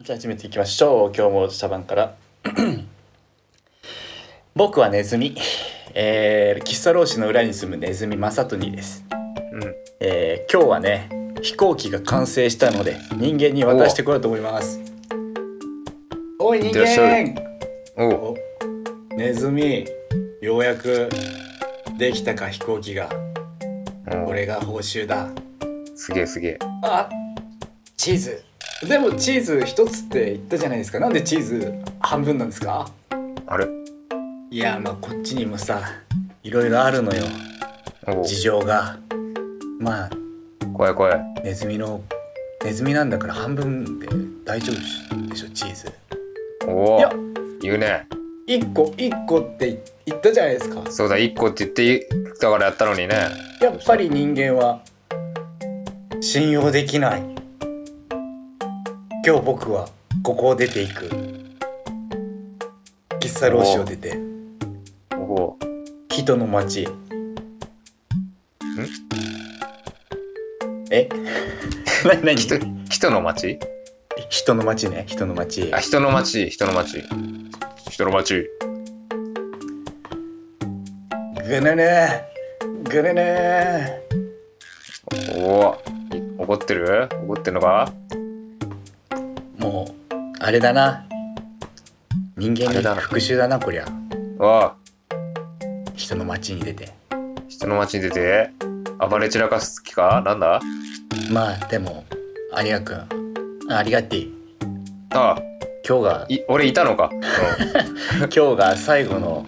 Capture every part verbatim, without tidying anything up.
じゃあ始めていきましょう。今日も茶番から僕はネズミ、えー、喫茶老師の裏に住むネズミマサトニーです、 うんえー、今日はね飛行機が完成したので人間に渡してこようと思います。おい人間、 おおネズミ、ようやくできたか飛行機が。 おこれが報酬だ。 すげえすげえ。 あ、チーズ。でもチーズ一つって言ったじゃないですか。なんでチーズ半分なんですか？ あれ、 いやまあこっちにもさいろいろあるのよ、 お事情が。まあ怖い怖い。 ネズミのネズミなんだから半分で大丈夫でしょチーズ。 おおいや言うね。 いっこいっこって言ったじゃないですか。 そうだ、いっこって言ってだからやったのにね。 やっぱり人間は信用できない。今日僕はここを出ていく。喫茶老師を出ておお人の町へ。え何何人人の町人の町ね、人の町へ。 あ、人の町人の町人の町ぐねねぐねね。 おお怒ってる怒ってんのか。 もうあれだな、人間にあれだな復讐だなこりゃ。 わあ、 人の町に出て。 人の町に出て暴れ散らかす気かなんだ。 まあでもありがくんありがてい。 ああ、 今日がい俺いたのか。 今日が最後の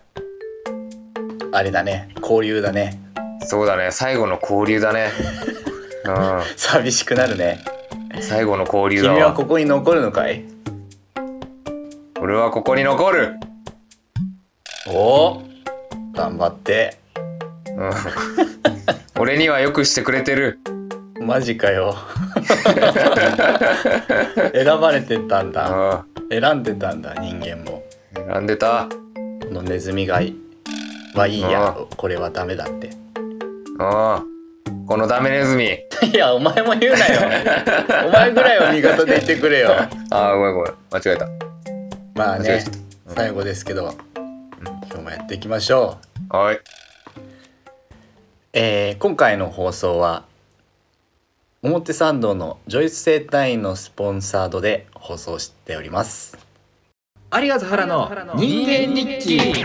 あれだね、交流だね。 うん、そうだね、最後の交流だね。 寂しくなるね。 うん、最後の交流だわ。 君はここに残るのかい？ 俺はここに残る。 おお、頑張って。 うん、俺にはよくしてくれてる。 マジかよ。選ばれてたんだ。 ああ、 選んでたんだ人間も。 選んでた。 このネズミがいはいいや、これはダメだって。 ああ、このダメネズミ。 いやお前も言うなよ。お前ぐらいは味方で言ってくれよ。 ああ、ごめんごめん、間違えた。 まあね間違えちゃった、 最後ですけど、うん、今日もやっていきましょう。 はい。 えー、今回の放送は表参道のジョイス生態院のスポンサードで放送しております。有賀原の人間日記。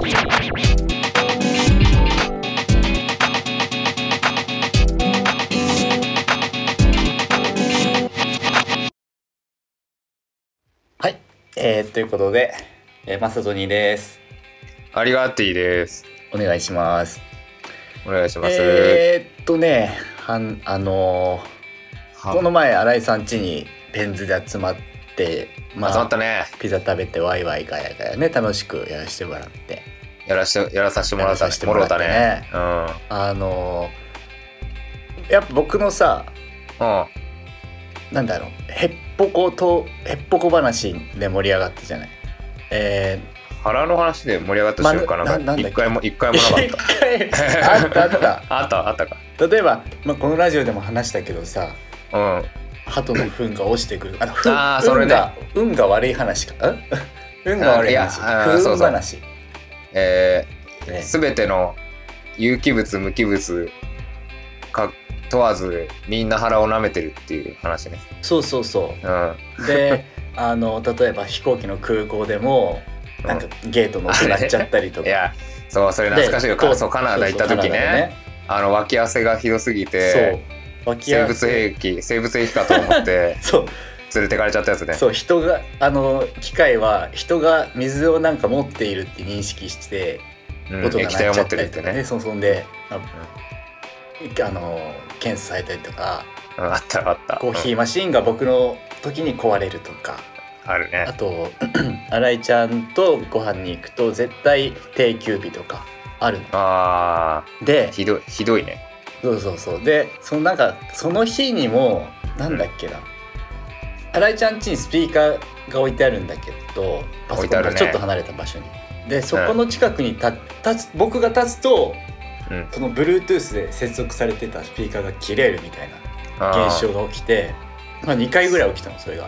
はい、えー、ということで、えー、マサトニーです。 ありがていです。 お願いします。 お願いします。 えー、っとねはんあのー、この前新井さん家にペンズで集まって、 まあ、集まったね。 ピザ食べてワイワイガヤガヤね楽しくやらせてもらって、 やらしてやらさせてもらったやらさせてもらってね。 もろあのー、やっぱ僕のさ、 たね。 なんだろう、へっぽことへっぽこ話で盛り上がったじゃない。えうん。腹の話で盛り上がった瞬間なんか一回も一回もなかっー、一回あったあったた。あったあったか。 例えば、まあ、このラジオでも話したけどさ、 うん。 鳩の糞が落ちてくる。あのあーそれね運が運が悪い話か。ん運が悪い話。 あいやあー不そうそう運話。 えー、 ねすべての有機物無機物か問わずみんな腹を舐めてるっていう話ね。 そうそうそうん。 う。で、あの例えば飛行機の空港でもなんかゲート乗ってなっちゃったりとか。 いや、そうそれ懐かしいよ。 でそうカナダ行った時そうそうカナダのね。あの脇汗がひどすぎて。 そう。脇生物汗兵器生物兵器かと思ってそう連れてかれちゃったやつね。 そう、人があの機械は人が水をなんか持っているって認識してうん、 音が鳴っちゃ液体を持っってたりとかね。 るってね。 そうそんで、ああの検査されたりとか。 うん、あったあった。 コーヒーマシーンが僕の時に壊れるとか、 うん、あるね。 あと新井ちゃんとご飯に行くと絶対定休日とかあるのあでー、ひどいひどいね。 そうそうそう。でそのなんかその日にもなんだっけな、新井ちゃん家にスピーカーが置いてあるんだけど、パソコンからちょっと離れた場所に、でそこの近くに立つ僕が立つと、 うん、 その Bluetooth で接続されてたスピーカーが切れるみたいな現象が起きて、まあ、にかいぐらい起きたのそれが。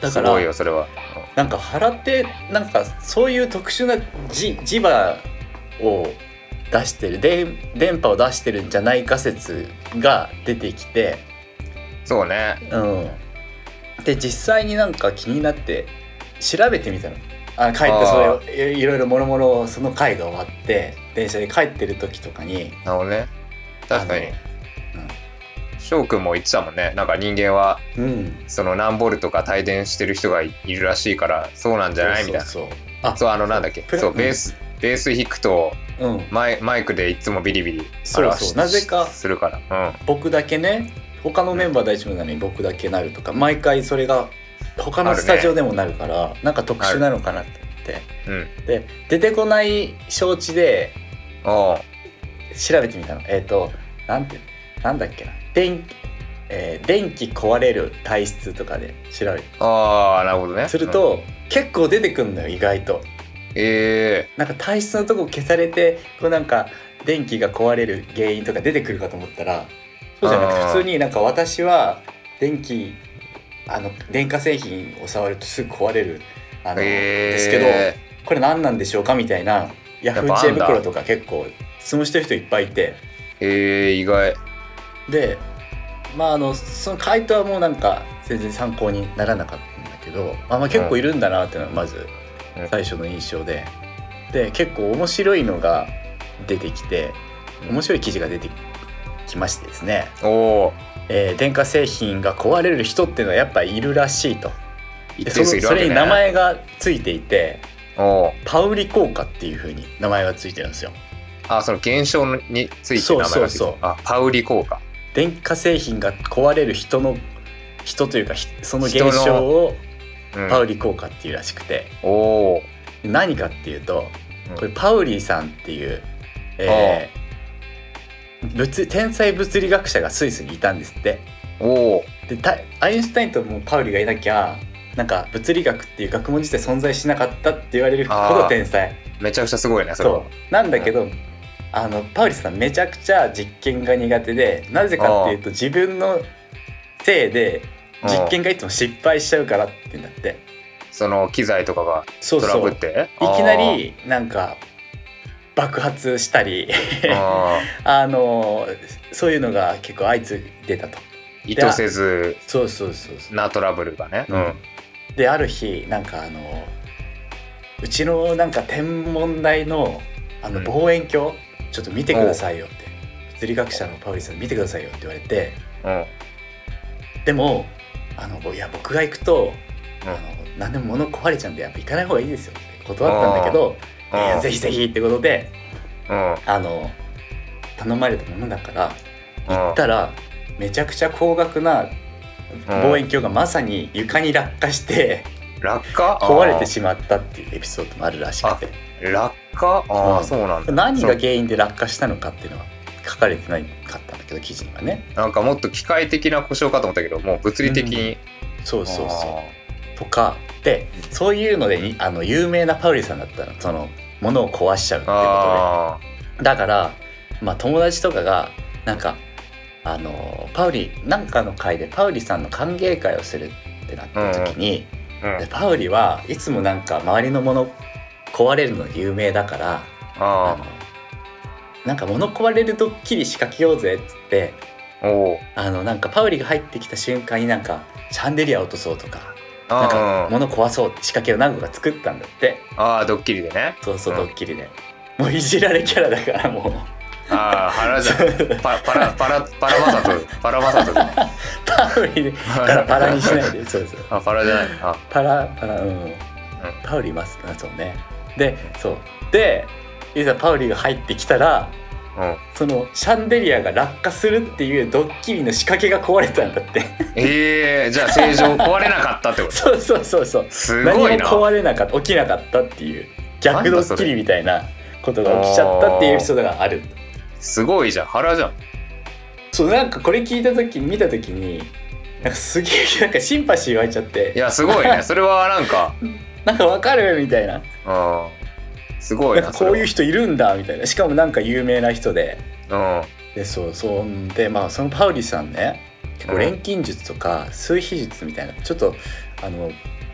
だからすごいよそれは。 なんか腹ってなんかそういう特殊な磁磁場を出してる電電波を出してるんじゃないか説が出てきて、 そうね。 うんで実際になんか気になって調べてみたの。あ帰ってそれをいろいろもろもろその回が終わって電車で帰ってる時とかに、 なるほどね。確かに。 うん翔くんも言ってたもんね。なんか人間はうんその何ボルトか帯電してる人がいるらしいからそうなんじゃないみたいな。 そうそうそうあそうあのなんだっけプラそうベースベース弾くとうんマイマイクでいつもビリビリそうそうしなぜかするから。うん。 僕だけね他のメンバー大丈夫なのに僕だけなるとか毎回それが他のスタジオでもなるからなんか特殊なのかなって思って、 うん。 で出てこない承知でおう調べてみたの。えっ、ー、となんてなんだっけな電気えー、電気壊れる体質とかで調べるああなるほどね。 すると、うん、結構出てくるのよ意外と。 えなんか体質のとこ消されてこうなんか電気が壊れる原因とか出てくるかと思ったらそうじゃなくて普通になんか私は電気あの電化製品を触るとすぐ壊れるあの、えー、ですけどこれ何なんでしょうかみたいなヤフー知恵袋とか結構質問してる人いっぱいいて、 えー、意外でまああのその回答はもうなんか全然参考にならなかったんだけど、あ、まあ、結構いるんだなっていうのがまず最初の印象で、で結構面白いのが出てきて面白い記事が出てきましてですね、 おー、 えー、電化製品が壊れる人っていうのはやっぱりいるらしいと。 でそ, それに名前がついていておパウリ効果っていう風に名前がついてるんですよ。 あ、その現象について名前がついてる。そうそうそう、あ、パウリ効果。 電化製品が壊れる人の人というかその現象をパウリ効果っていうらしくて、 うん、お何かっていうとこれパウリさんっていう、えー、物天才物理学者がスイスにいたんですって。 おでアインシュタインともパウリがいなきゃなんか物理学っていう学問自体存在しなかったって言われるほど天才。 めちゃくちゃすごいねそれは。 そうなんだけど、うん、あのパウリさんめちゃくちゃ実験が苦手で、なぜかっていうと自分のせいで実験がいつも失敗しちゃうからって言うんだって。 その機材とかがトラブって、 そうそういきなりなんか爆発したりああのそういうのが結構相次いでたと。 意図せずそうそうそうそうなトラブルがね、うん、 である日なんかあのうちのなんか天文台のあの望遠鏡、うん、ちょっと見てくださいよって、物理学者のパウリさん見てくださいよって言われて、うん、でもあのいや僕が行くと、うん、あの何でも物壊れちゃうんでやっぱ行かない方がいいですよって断ったんだけど、いやぜひぜひってことで、うん、あの頼まれたものだから行ったら、うん、めちゃくちゃ高額な望遠鏡がまさに床に落下して、 うん、落下壊れてしまったっていうエピソードもあるらしくて。 落下あ、うん、そうなんだ。 何が原因で落下したのかっていうのは書かれてないかったんだけど記事にはね。 なんかもっと機械的な故障かと思ったけどもう物理的に、 うん、そうそうそうとかでそういうのであの有名なパウリさんだったの、その物を壊しちゃうっていうことで。だからまあ友達とかがなんかあのパウリなんかの会でパウリさんの歓迎会をするってなった時に、うんうん、でパウリはいつもなんか周りのもの壊れるの有名だから、あのなんか物壊れるドッキリ仕掛けようぜっつって、おあのなんかパウリが入ってきた瞬間になんかシャンデリア落とそうとかなんか物壊そうって仕掛けを何個か作ったんだって。 ああドッキリでね。 そうそう、うん、ドッキリでもういじられキャラだからもうああ腹じゃんパパラパラパラマサトパラマサトパウリでからパラにしないでそうそうあパラじゃないあパラパラうん、うん、パウリますそうね。でそうでいざパウリが入ってきたら、うん、そのシャンデリアが落下するっていうドッキリの仕掛けが壊れたんだってえー、じゃあ正常壊れなかったってことそうそうそうそうすごいな。 何も壊れなかった起きなかったっていう逆ドッキリみたいなことが起きちゃったっていうエピソードがある。 すごいじゃん腹じゃん。 そうなんかこれ聞いた時見た時になんかすげえなんかシンパシー湧いちゃって、 いやすごいねそれはなんかなんかわかるみたいな。 あすごい な, なんかこういう人いるんだみたいな。しかもなんか有名な人で、 うん、 でそうそうでまあそのパウリさんね結構錬金術とか数秘術みたいなちょっとあの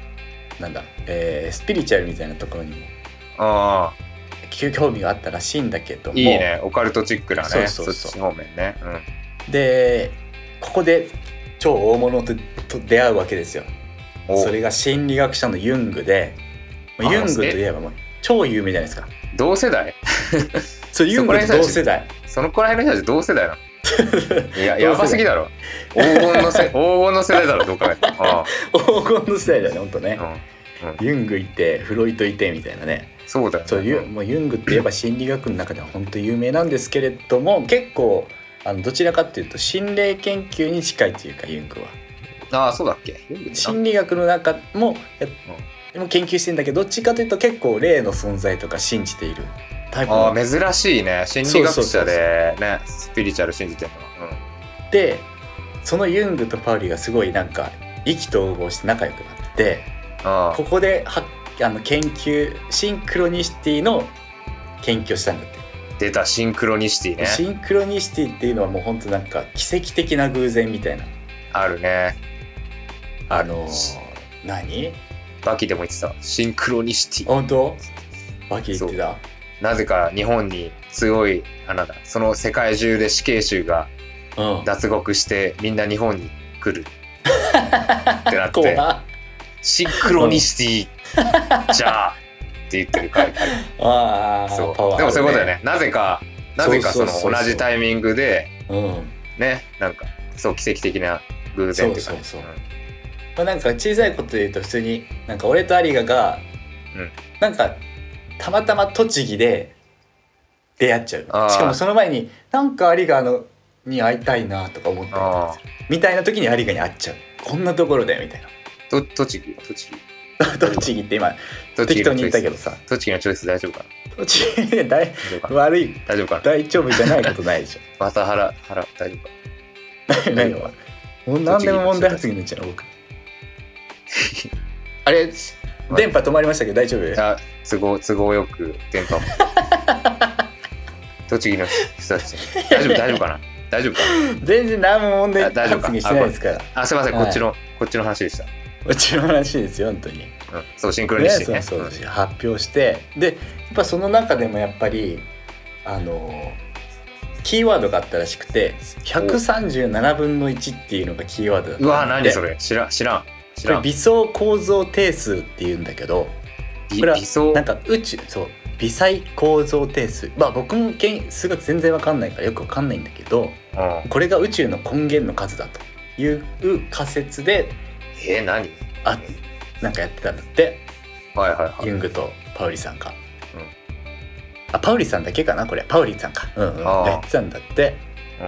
なんだ、えー、スピリチュアルみたいなところにもあ興味があったらしいんだけども、 いいね、オカルトチックなね、 そうそうそうそっち方面ね、 うん、でここで超大物とと出会うわけですよ。それが心理学者のユングで、ユングといえばもう超有名じゃないですか。 同世代そう、ユングと同世代。 そのくらいの人たち同世代なのいや、やばすぎだろ。黄金のせ黄金の世代だろ、どう考えても。ああ黄金の世代だよね、ほんとね、 うんうん、 ユングいてフロイトいてみたいなね。 そうだよね。 そうユもうユングって言えば心理学の中では本当有名なんですけれども、結構あのどちらかっていうと心霊研究に近いというか、ユングは。 ああ、そうだっけ。 心理学の中もや、うん、も研究してんだけど、どっちかというと結構霊の存在とか信じているタイプの。 ああ、珍しいね、心理学者でね、スピリチュアル信じてるのは、 うん、でそのユングとパウリがすごいなんか意気投合して仲良くなって、 ああ、 ここではあの研究シンクロニシティの研究をしたんだって。 出た、シンクロニシティね。 シンクロニシティっていうのはもう本当なんか奇跡的な偶然みたいな。 あるね。 あの何バキでも言ってた、シンクロニシティ。 本当？バキ言ってた。 なぜか日本に強い、あなんだ、その世界中で死刑囚が脱獄してみんな日本に来るってなってシンクロニシティじゃあって言ってる回。 ああ、 そう、ね、でもそういうことだよね。なぜかなぜかその同じタイミングでね、なんかそう奇跡的な偶然っていうか、ね、そうそうそう、 まあ、なんか小さいことで言うと普通になんか俺と有賀が、うん、なんかたまたま栃木で出会っちゃう。しかもその前になんか有賀のに会いたいなとか思ったりするみたいな時に有賀に会っちゃう。こんなところだよみたいな。 と栃木栃木栃木って今適当に言ったけどさ、 栃木のチョイス大丈夫かな。 栃木で大悪い大丈夫かな。 大丈夫じゃないことないでしょまた腹腹大丈夫か。 何がもう何でも問題発言になっちゃうの僕あれ電波止まりましたけど大丈夫？ あ、都合都合よく電波も栃木の人たち大丈夫大丈夫かな。大丈夫かな。 全然何も問題発言してないですから。 あ、すいません、 はい、 こっちのこっちの話でした。こっちの話ですよ本当に、うん、 そうシンクロニシティね、 ね、そうそうそう、発表してでやっぱその中でもやっぱりあのキーワードがあったらしくてひゃくさんじゅうななぶんのいちっていうのがキーワードだった。 うわ何それ知らん知らん知らん。 これ微相構造定数っていうんだけど、これはなんか宇宙そう微細構造定数、まあ僕も数学全然わかんないからよくわかんないんだけど、うん、これが宇宙の根源の数だという仮説でえー、何あなんかやってたんだって、 はいはいはい、 ユングとパウリさんが、うん、あパウリさんだけかなこれパウリさんか、うんうん、やってたんだって、うん、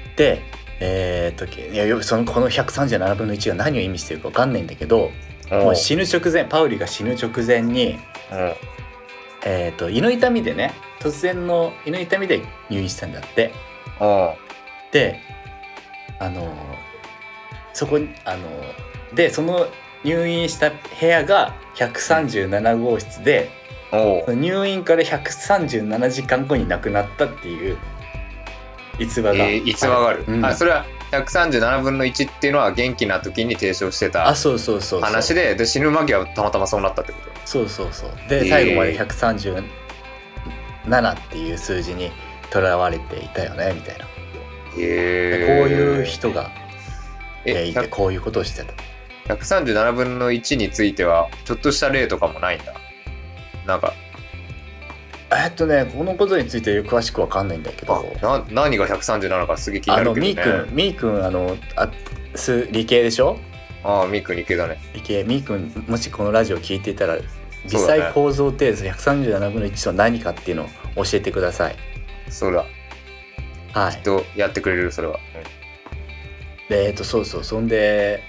でえー、っといやそのこのひゃくさんじゅうななぶんのいちが何を意味してるか分かんないんだけど、もう死ぬ直前パウリが死ぬ直前に、うんえー、と胃の痛みでね突然の胃の痛みで入院したんだって。であのそこにあのでその入院した部屋がひゃくさんじゅうななごうしつで、入院からひゃくさんじゅうななじかんごに亡くなったっていう逸話が、 えー、逸話がある、うん、あそれはひゃくさんじゅうななぶんのいちっていうのは元気な時に提唱してた話で、で死ぬ間際たまたまそうなったってこと。 そうそうそうで、えー、最後までひゃくさんじゅうななっていう数字にとらわれていたよねみたいな、 えー、こういう人がいてこういうことをしてた。 ひゃくさんじゅうななぶんのいちについてはちょっとした例とかもないんだ。なんかえっとねこのことについて詳しくわかんないんだけど、 な何がひゃくさんじゅうななかすげえ気になるけどね。 あのみーくんみーくんあのあす理系でしょ。 ああみーくん理系だね。 理系みーくんもしこのラジオ聞いていたら微細構造定数ひゃくさんじゅうななぶんのいちとは何かっていうのを教えてください。 そうだ、 はい、 きっとやってくれるそれは、うん、 でえっとそうそうそんで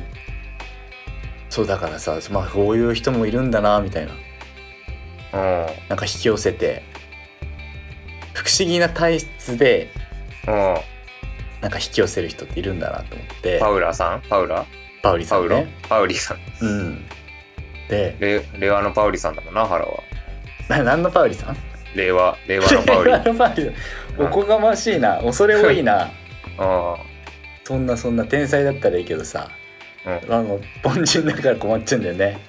そうだからさ、まあ、こういう人もいるんだなみたいな、うん、なんか引き寄せて不思議な体質で、うん、なんか引き寄せる人っているんだなと思って。 パウラさんパウラパウリさんね。 パウリさん、 うん、でレ令和のパウリさんだもんな原は。 な何のパウリさん？ 令和令和のパウリ。 令和のパウリさん、おこがましいな、恐れ多いな。あそんなそんな天才だったらいいけどさ、うん、あの凡人だから困っちゃうんだよね。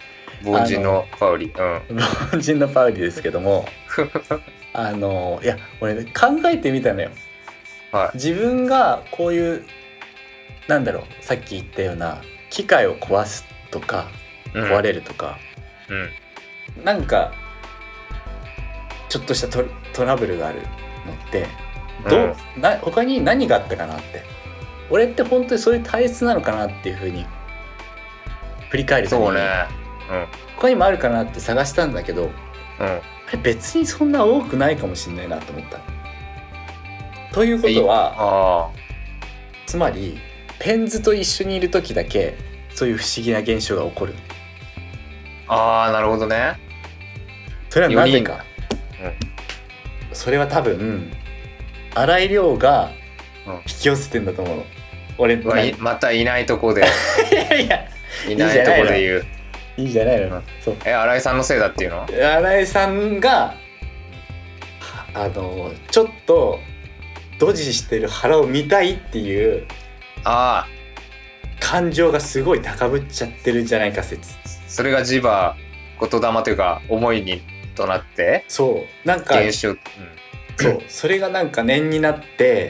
凡人のパウリ、うん、 凡人のパウリですけどもあのいや俺、ね、考えてみたのよ、はい、自分がこういうなんだろうさっき言ったような機械を壊すとか壊れるとか、うんうん、なんかちょっとした ト, トラブルがあるのってどう、うん、な他に何があったかなって、俺って本当にそういう体質なのかなっていう風に振り返るとそうね、 うん、他にもあるかなって探したんだけど、うん、あれ別にそんな多くないかもしれないなと思った。ということはつまりペンズと一緒にいる時だけそういう不思議な現象が起こる。 あーなるほどね。 それはなぜか、うん、それは多分荒井亮が引き寄せてんだと思うの、うん、俺またいないとこでいやいやいないとこで言ういいじゃないの、うん、そうえ新井さんのせいだっていうの？ 新井さんがあのちょっとドジしてる腹を見たいっていうあ感情がすごい高ぶっちゃってるんじゃないか説。 それが磁場言霊というか思いにとなってそうなんか現象、うん、 そうそれがなんか念になって、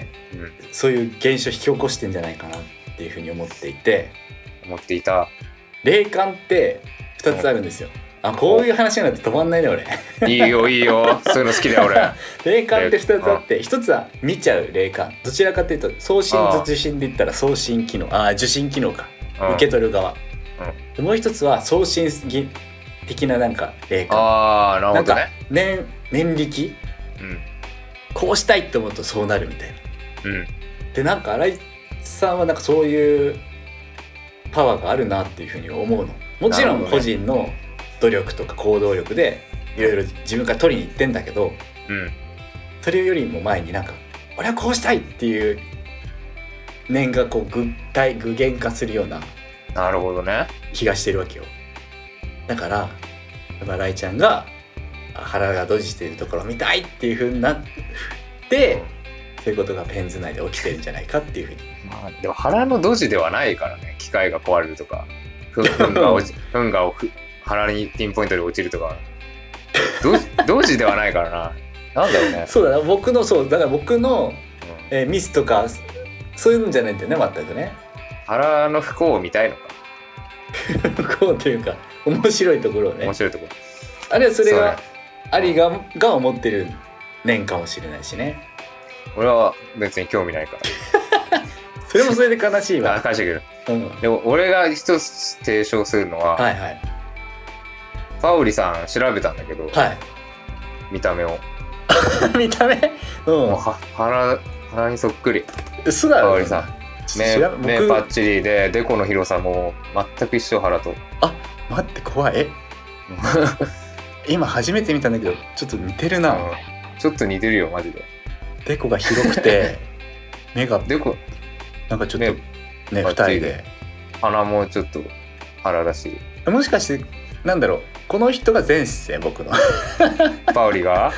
うん、そういう現象を引き起こしてんじゃないかなっていうふうに思っていて思っていた。 霊感ってふたつあるんですよ。あこういう話になって止まんないね俺いいよいいよそういうの好きだよ俺霊感ってふたつあってひとつは見ちゃう霊感、どちらかというと送信と受信で言ったら送信機能あ受信機能か受け取る側、うん、もう一つは送信的ななんか霊感あなるほどね。 なんか 念, 念力、うん、こうしたいって思うとそうなるみたいな、うん、でなんか新井さんはなんかそういうパワーがあるなっていうふうに思うの。もちろん個人の努力とか行動力でいろいろ自分から取りに行ってんだけど、うん、それよりも前になんか俺はこうしたいっていう念がこう具体具現化するようななるほどね気がしてるわけよ。だから新井ちゃんが腹がドジしているところを見たいっていう風になって、うん、そういうことがペンズ内で起きてるんじゃないかっていう風に、 まあ、でも腹のドジではないからね。機械が壊れるとかフンが落ちフンが腹にピンポイントで落ちるとかドジではないからな。なんだろうね。 そうだな僕のそうだから僕の、うんえー、ミスとかそういうのじゃないんだよね全くね。 腹の不幸を見たいのか不幸というか面白いところをね。 面白いところあるいはそれがアリがが思ってる念かもしれないしね。 俺は別に興味ないからそれもそれで悲しいわ。 悲しいけど、うん、でも俺が一つ提唱するのは、はいはい、パウリさん調べたんだけど、はい、見た目を見た目、うん、もうは 腹, 腹にそっくり。 嘘だろパウリさん 目, 目パッチリでデコの広さも全く一緒。腹とあ待って怖い今初めて見たんだけどちょっと似てるな、うん、 ちょっと似てるよマジで。 デコが広くて目がデコなんかちょっとね二人で鼻もちょっと腹だし。 もしかしてなんだろうこの人が前世僕のパウリが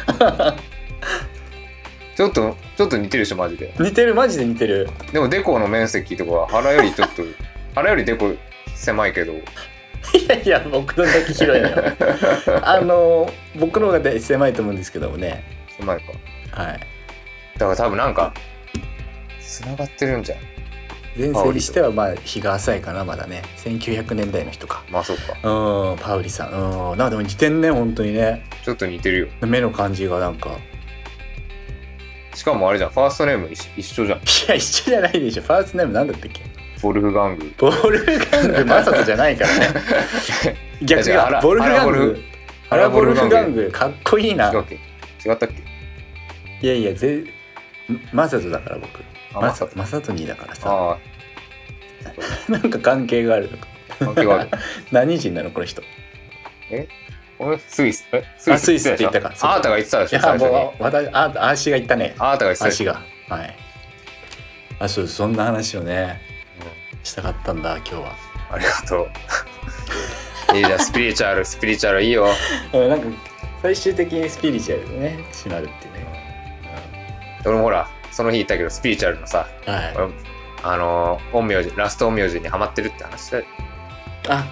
ちょっとちょっと似てるでしょマジで。 似てるマジで似てる。 でもデコの面積とかは腹よりちょっと腹よりデコ狭いけどいやいや僕のだけ広いのよあの僕の方が狭いと思うんですけどもね。 狭いか。はい。だから多分なんか繋がってるんじゃん。 前世にしてはまあ日が浅いかなまだね。せんきゅうひゃくねんだいの人か。 まあそうか。 うんパウリさん。うんなんかでも似てんね本当にね。 ちょっと似てるよ。 目の感じがなんか。 しかもあれじゃんファーストネーム一緒じゃん。いや一緒じゃないでしょ。ファーストネームなんだったっけ。 ボルフガング。 ボルフガングマサトじゃないからね逆にボルフガングハラボルフガングかっこいいな。 違うっけ違ったっけ。 いやいやぜマサトだから僕マサマサトニーだからさなんか関係があるのか。 関係がある何人なのこの人。 え俺スイスえスイス, スイスって言ったか。 あなたが言ってたでしょ最初に。 私ああーしが言ったね。 あなたが言ってたあしがはいあそうそんな話をね、うん、したかったんだ今日は。 ありがとういいじゃんスピリチュアルスピリチュアルいいよなんか最終的にスピリチュアルでね締まるっていうね、うん、俺もほらその日言ったけどスピリチュアルのさ、はい、俺あの陰陽師ラスト陰陽師にハマってるって話したよ。 あ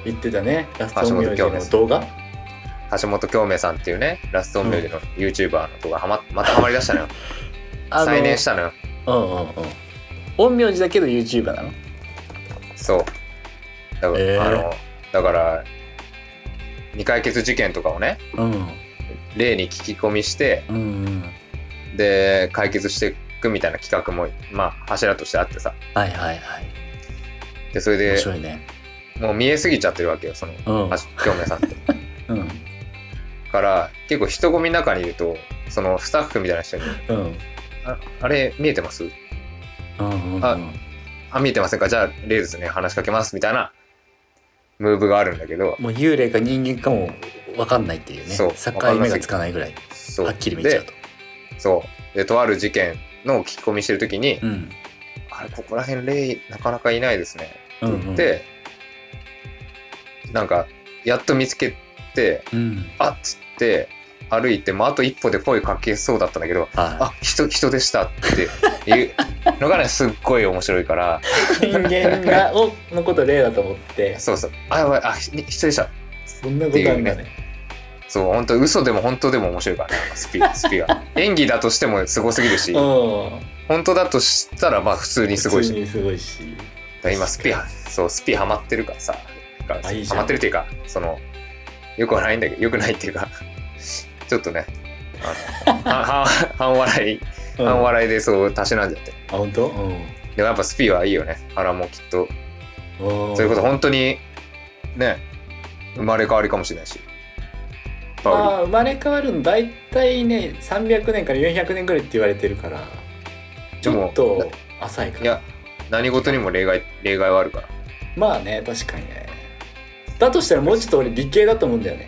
言ってたね。ラスト陰陽師の動画。 橋本京明さんっていうねラスト陰陽師の YouTuber の動画はままたハマりだしたのよ。再燃したのよ。 うんうんうん。陰陽師だけど YouTuber なの。 そう。だから、えー、あのだから未解決事件とかをね、うん、例に聞き込みして、うんうん、で解決していくみたいな企画もまあ柱としてあってさ。 はいはいはい。 でそれで面白いね。 もう見えすぎちゃってるわけよその、うん、京明さんって。うん。から結構人混みの中にいるとそのスタッフみたいな人に、うん、あ, あれ見えてます、うんうんうん、あ, あ見えてませんかじゃあ例ですね話しかけますみたいなムーブがあるんだけどもう幽霊か人間かも分かんないっていうね。そう境目がつかないぐらいはっきり見ちゃうと。 そうでとある事件の聞き込みしてる時に、うん、あれここら辺霊なかなかいないですねって言って、うんうん、なんかやっと見つけて、うん、あっつって歩いてもうあと一歩で声かけそうだったんだけど、はい、あ 人, 人でしたっていうのがねすっごい面白いから人間がのこと霊だと思ってそうそうあやばいあ人でしたそんなことあるんだね。 そう本当嘘でも本当でも面白いからねスピスピが演技だとしてもすごすぎるし本当だとしたらまあ普通にすごいし普通にすごいし今スピそうスピハマってるからさハマってるっていうかそのよくはないんだけどよくないっていうかちょっとねあ半笑い半笑いでそうたしなんじゃって、 あ本当、うん、 でもやっぱスピはいいよね。原もきっとそういうこと本当にね生まれ変わりかもしれないしまあ生まれ変わるの大体ねさんびゃくねんからよんひゃくねんぐらいって言われてるからちょっと浅いから。 いや何事にも例外例外はあるから。 まあね確かにね。だとしたらもうちょっと俺理系だと思うんだよね。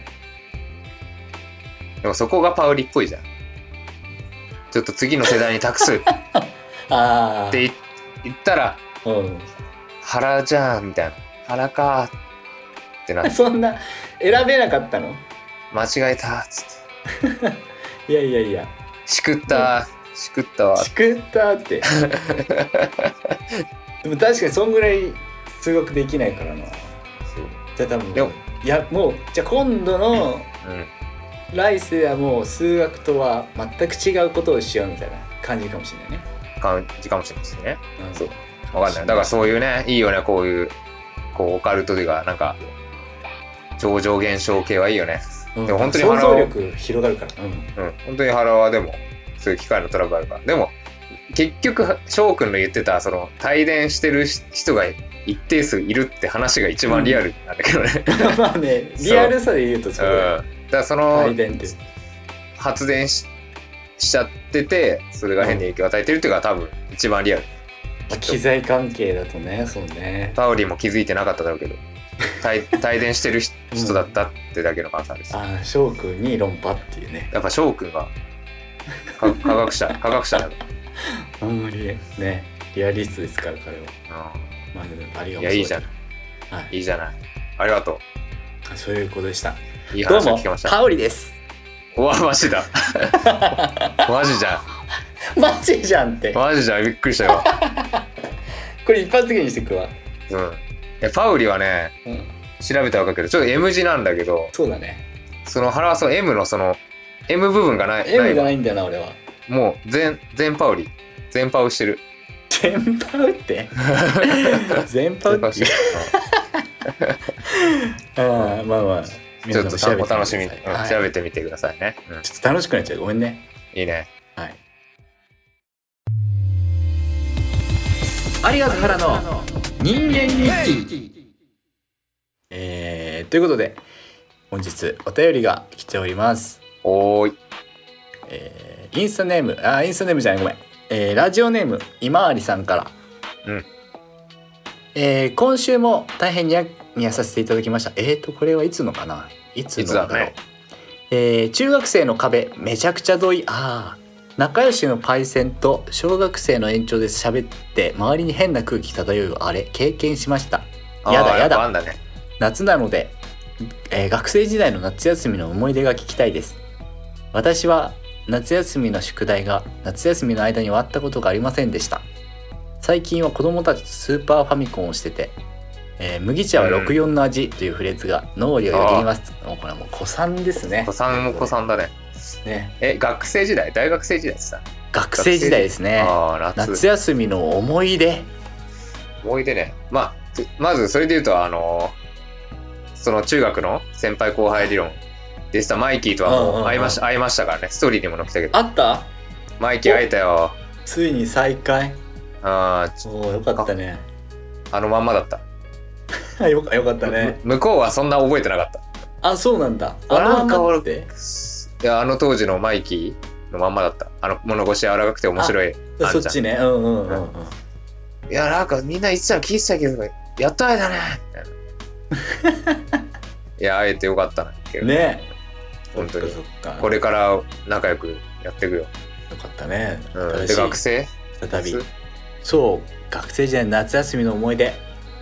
でもそこがパウリっぽいじゃん。ちょっと次の世代に託すあって言ったら、うん、腹じゃんみたいな腹かってなってそんな選べなかったの？ 間違えたっつっていやいやいやしくったしくったわしくったってでも確かにそんぐらい数学できないからな。じゃあ多分いやもうじゃあ今度の来世はもう数学とは全く違うことをしようみたいな感じかもしれないね。 感じかもしれないですね、うん、そう分かんないだからそういうねいいよねこういうこうオカルトというかなんか超常現象系はいいよね、うん、でも本当に想像力広がるから、うんうん、本当に原はでもそういう機械のトラブルあるからでも結局翔くんの言ってたその帯電してる人が一定数いるって話が一番リアルなんだけどね、 うん、まあねリアルさで言うとそうだ、 うん、だからその発電 し, しちゃっててそれが変に影響を与えてるっていうのが多分一番リアル、 うん、機材関係だとねそうねパウリも気づいてなかっただろうけど帯電してる人だったってだけの可能性あるし、うん、 ああ翔くんに論破っていうねやっぱ翔くんは科学者科学者だからあんまりねリアリストですから彼は、うんまあ、ありがとういやいいじゃない、はい、いいじゃないありがとうそういうことでした。 いい話を聞きました。 どうもパウリです。 うわマジだマジじゃんマジじゃんってマジじゃんびっくりしたよこれ一発芸にしてくわ。 うんえパウリはね、うん、調べたら分かるけどちょっと M 字なんだけどそうだねその原はその M のその M 部分がない M がないんだよな俺はもう全全パウリ全パウしてる全パウって全パウってああまあまあちょっとお楽しみに、はい、調べてみてくださいね、 うん、ちょっと楽しくなっちゃうごめんね。 いいねはい有賀原の人間日記、えー、ということで本日お便りが来ております。 おーい、 えー、インスタネームあインスタネームじゃないごめん、えー、ラジオネーム今ありさんから、うんえー、今週も大変にやにやさせていただきました。えーとこれはいつのかないつのだろうだ、ねえー、中学生の壁めちゃくちゃ遠いあ仲良しのパイセンと小学生の延長で喋って周りに変な空気漂うあれ経験しました。やだやだ、ね、夏なので、えー、学生時代の夏休みの思い出が聞きたいです。私は夏休みの宿題が夏休みの間に終わったことがありませんでした。最近は子供たちとスーパーファミコンをしててえー、麦茶はろくじゅうよんの味というフレーズが脳裏をよぎります。もうこれはもう古参ですね。 古参も古参だね。ねえ、学生時代大学生時代ってさ。 学生時代ですね。あ、夏。夏休みの思い出。 思い出ね。まあまずそれで言うとあのその中学の先輩後輩理論でしたマイキーとはもう会いました、会いましたからね。ストーリーにも載ってたけど。 あった？ マイキー会えたよ。 ついに再会。 ああ、 おお、よかったね。 あのまんまだった。 よ, よかったね。 向こうはそんな覚えてなかった。 あ、そうなんだ。 あのまんまって。いや、あの当時のマイキーのまんまだった。あの物腰柔らかくて面白い。 そっちね。うんうんうんうん。 いや、なんかみんな言ってたの聞いてたけど、やっと会えたねみたいな。いや、会えてよかったな。 ね。 本当に。これから仲良くやっていくよ。 よかったね。 うん、で、学生再び。そう、学生時代の夏休みの思い出。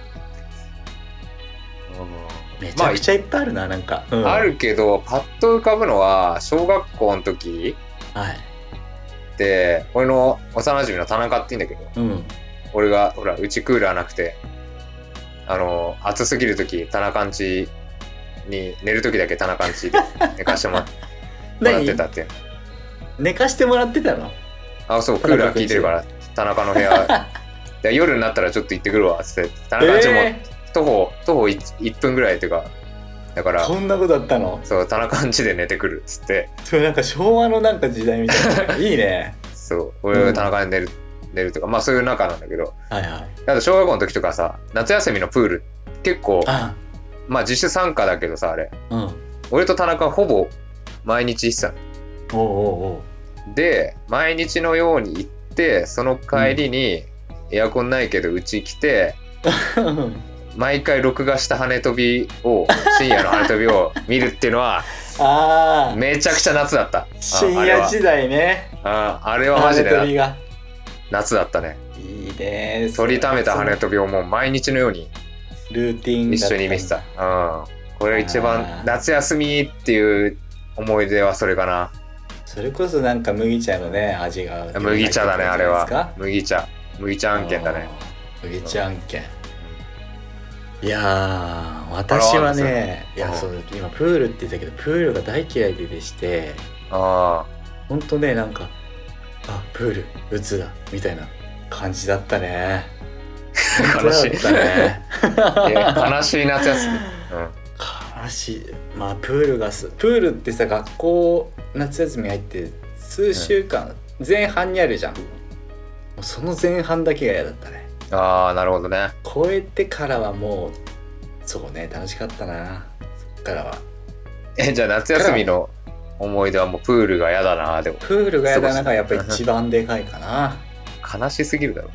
めちゃくちゃいっぱいあるな、まあ、なんか、 うん、あるけどパッと浮かぶのは小学校の時、 はい、 で俺の幼馴染の田中って言うんだけど、うん、俺がほらうちクーラーなくてあの暑すぎる時田中ん家に寝る時だけ田中ん家で寝かしてもらってたって寝かしてもらってたの？ あ、そう、クーラー効いてるから田中の部屋で夜になったらちょっと行ってくるわっつって田中ん家も、えー徒歩徒歩 1, いっぷんぐらいっていうかだからそんなことあったの？ そう、田中ん家で寝てくるっつってそれなんか昭和のなんか時代みたいな。いいね。 そう俺が田中に寝る、うん、寝るとかまあそういう仲なんだけど、 はいはい、 あと小学校の時とかさ夏休みのプール結構あまあ自主参加だけどさあれ、うん、俺と田中はほぼ毎日行ってたの。おうおうおうで毎日のように行ってその帰りにエアコンないけどうち来て、うん毎回録画した羽飛びを深夜の羽飛びを見るっていうのはあめちゃくちゃ夏だった。 深夜時代ね。 ああれはマジで夏だったね。 いいね。 撮りためた羽飛びをもう毎日のようにルーティン一緒に見てた。うん、これ一番夏休みっていう思い出はそれかな。 それこそなんか麦茶のね味が麦茶だねあれは。麦茶麦茶案件だね。 麦茶案件。いやー私はねいやそう今プールって言ったけどプールが大嫌いででしてあほんとねなんかあプール鬱だみたいな感じだったね。 悲しいだったね悲しい夏休み、うん、 悲しい。まあプールがすプールってさ学校夏休み入って数週間、うん、前半にあるじゃん。もうその前半だけが嫌だったね。 ああなるほどね。 超えてからはもうそうね楽しかったな。そっからはえじゃあ夏休みの思い出はもうプールが嫌だな。でもプールが嫌だながやっぱり一番でかいかな。 悲しすぎるだろ。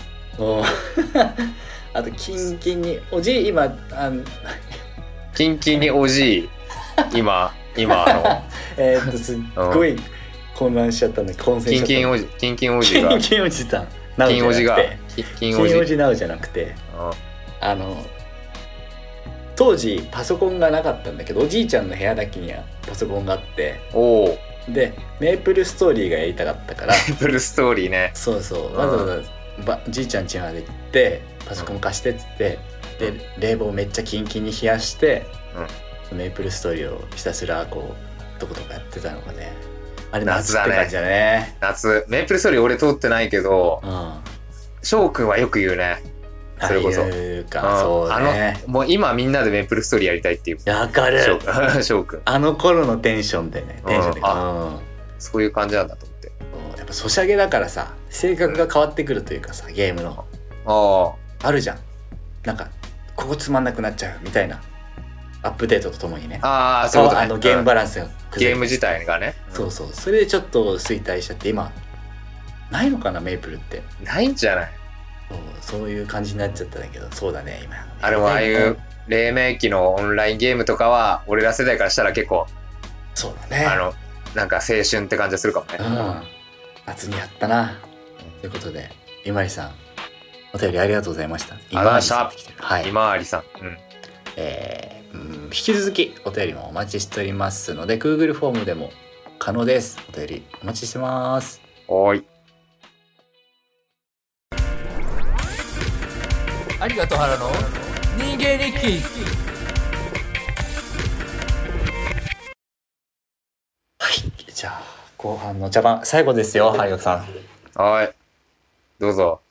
あとキンキンにおじい今あのキンキンにおじい今今あのえっとすっごい混乱しちゃったんで混戦しちゃった。 キンキンおじキンキンおじがキンキンおじさん金おじが金おじなうじゃなくてあの当時パソコンがなかったんだけどおじいちゃんの部屋だけにはパソコンがあっておでメープルストーリーがやりたかったからメープルストーリーねそうそうわざわざじいちゃん家まで行ってパソコン貸してっつって、うん、で冷房めっちゃキンキンに冷やして、うん、メープルストーリーをひたすらこうとことかやってたのがねあれ夏って感じだね。 夏メープルストーリー俺通ってないけど翔くんはよく言うね。それこそ言うか、うん、そうね。 あのもう今みんなでメープルストーリーやりたいっていうわかる翔くんあの頃のテンションでねテンションで、うんあうん、そういう感じなんだと思って。 やっぱソシャゲだからさ性格が変わってくるというかさゲームのああるじゃんなんかここつまんなくなっちゃうみたいなアップデートとともにねああそういうことね。 あのゲームバランスが、うん、 ゲーム自体がね、 うん、そうそうそれでちょっと衰退しちゃって今ないのかなメープルってないんじゃない。 そう、そういう感じになっちゃったんだけどそうだね今あれもああいう黎明期のオンラインゲームとかは俺ら世代からしたら結構そうだねあのなんか青春って感じがするかもね、うん、 夏にやったな、うん、ということで今里さんお便りありがとうございました。 今里さんはい今里さんうんえー、うん、引き続きお便りもお待ちしておりますので Google フォームでも可能です。お便りお待ちしてます。 はい。 ありがとう原の人間日記。 はいじゃあ後半の茶番最後ですよ有岡さん。 はいどうぞ。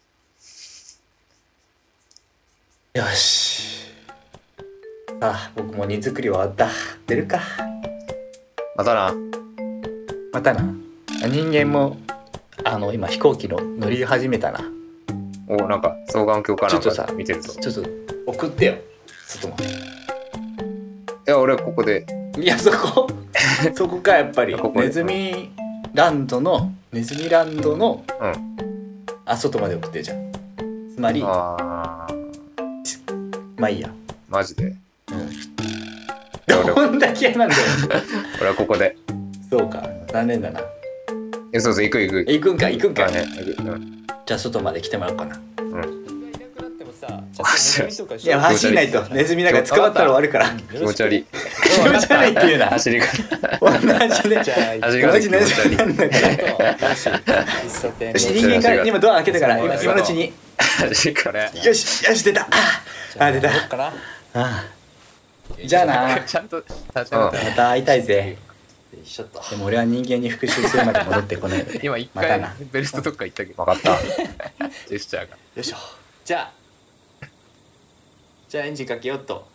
よしあ僕も荷造り終わった。出るか。 またな。 またな。人間もあの今飛行機の乗り始めたな。 おなんか双眼鏡かなんちょっとさか見てるぞ。 ちょっと送ってよ外まで。いや俺ここで。 いやそこそこかやっぱりここネズミランドのネズミランドの、 うん、 あ外まで送ってるじゃん。つまりあまあいいやマジで。うんどんだけ嫌なんだよ俺はここで。 そうか残念だな。 えそうそう行く行く行くんか行くんか、 ね行く、うん、 じゃあ外まで来てもらおうかな。 うんいや走んないとネズミなんか捕まったら終わるから。 気持ち悪い。 気持ち悪いっていうな。 走りが同じで走りが同じネズミなんだからよし人間から今ドア開けたから今今のうちに走りがよしよし出た。あ出た。あじゃあなちゃんと立ちま上がって。 た会いたいぜ。でも俺は人間に復讐するまで戻ってこないので今一回またな。 ベルトどっか行ったけど。 分かった。 ジェスチャーが。 よいしょ。じゃあじゃあエンジンかけよっと。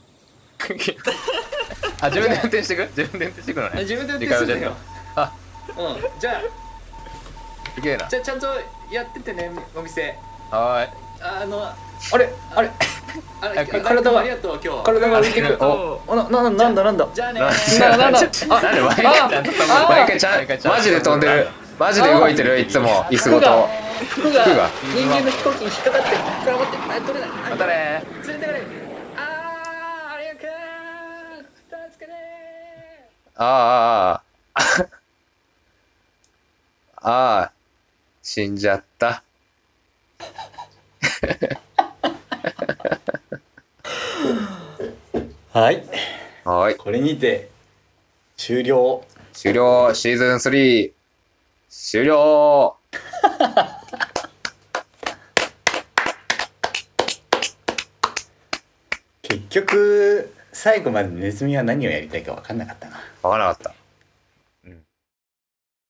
あ自分で運転してく？自分で運転してくのね。 自分で運転するんだよ。 あうんじゃあすげえな。 じゃあちゃんとやっててねお店。 はーい。 あのあれあれあれあ体がありがとう今日。 体が浮いてくる。 おおなななんだなんだ。 じゃあねなー。 なんだなんだ。あなんで毎回毎回ちゃんマジで飛んでる。マジで動いてるいつも椅子ごと。 服が服が人間の飛行機に引っかかって膨らまってあ取れない。 またねー。 連れてかれ。あーありがとう。助けてああああああ死んじゃった。 はいはいこれにて終了。 終了シーズンスリー終了。 結局最後までネズミは何をやりたいか分かんなかったな。 分からなかった。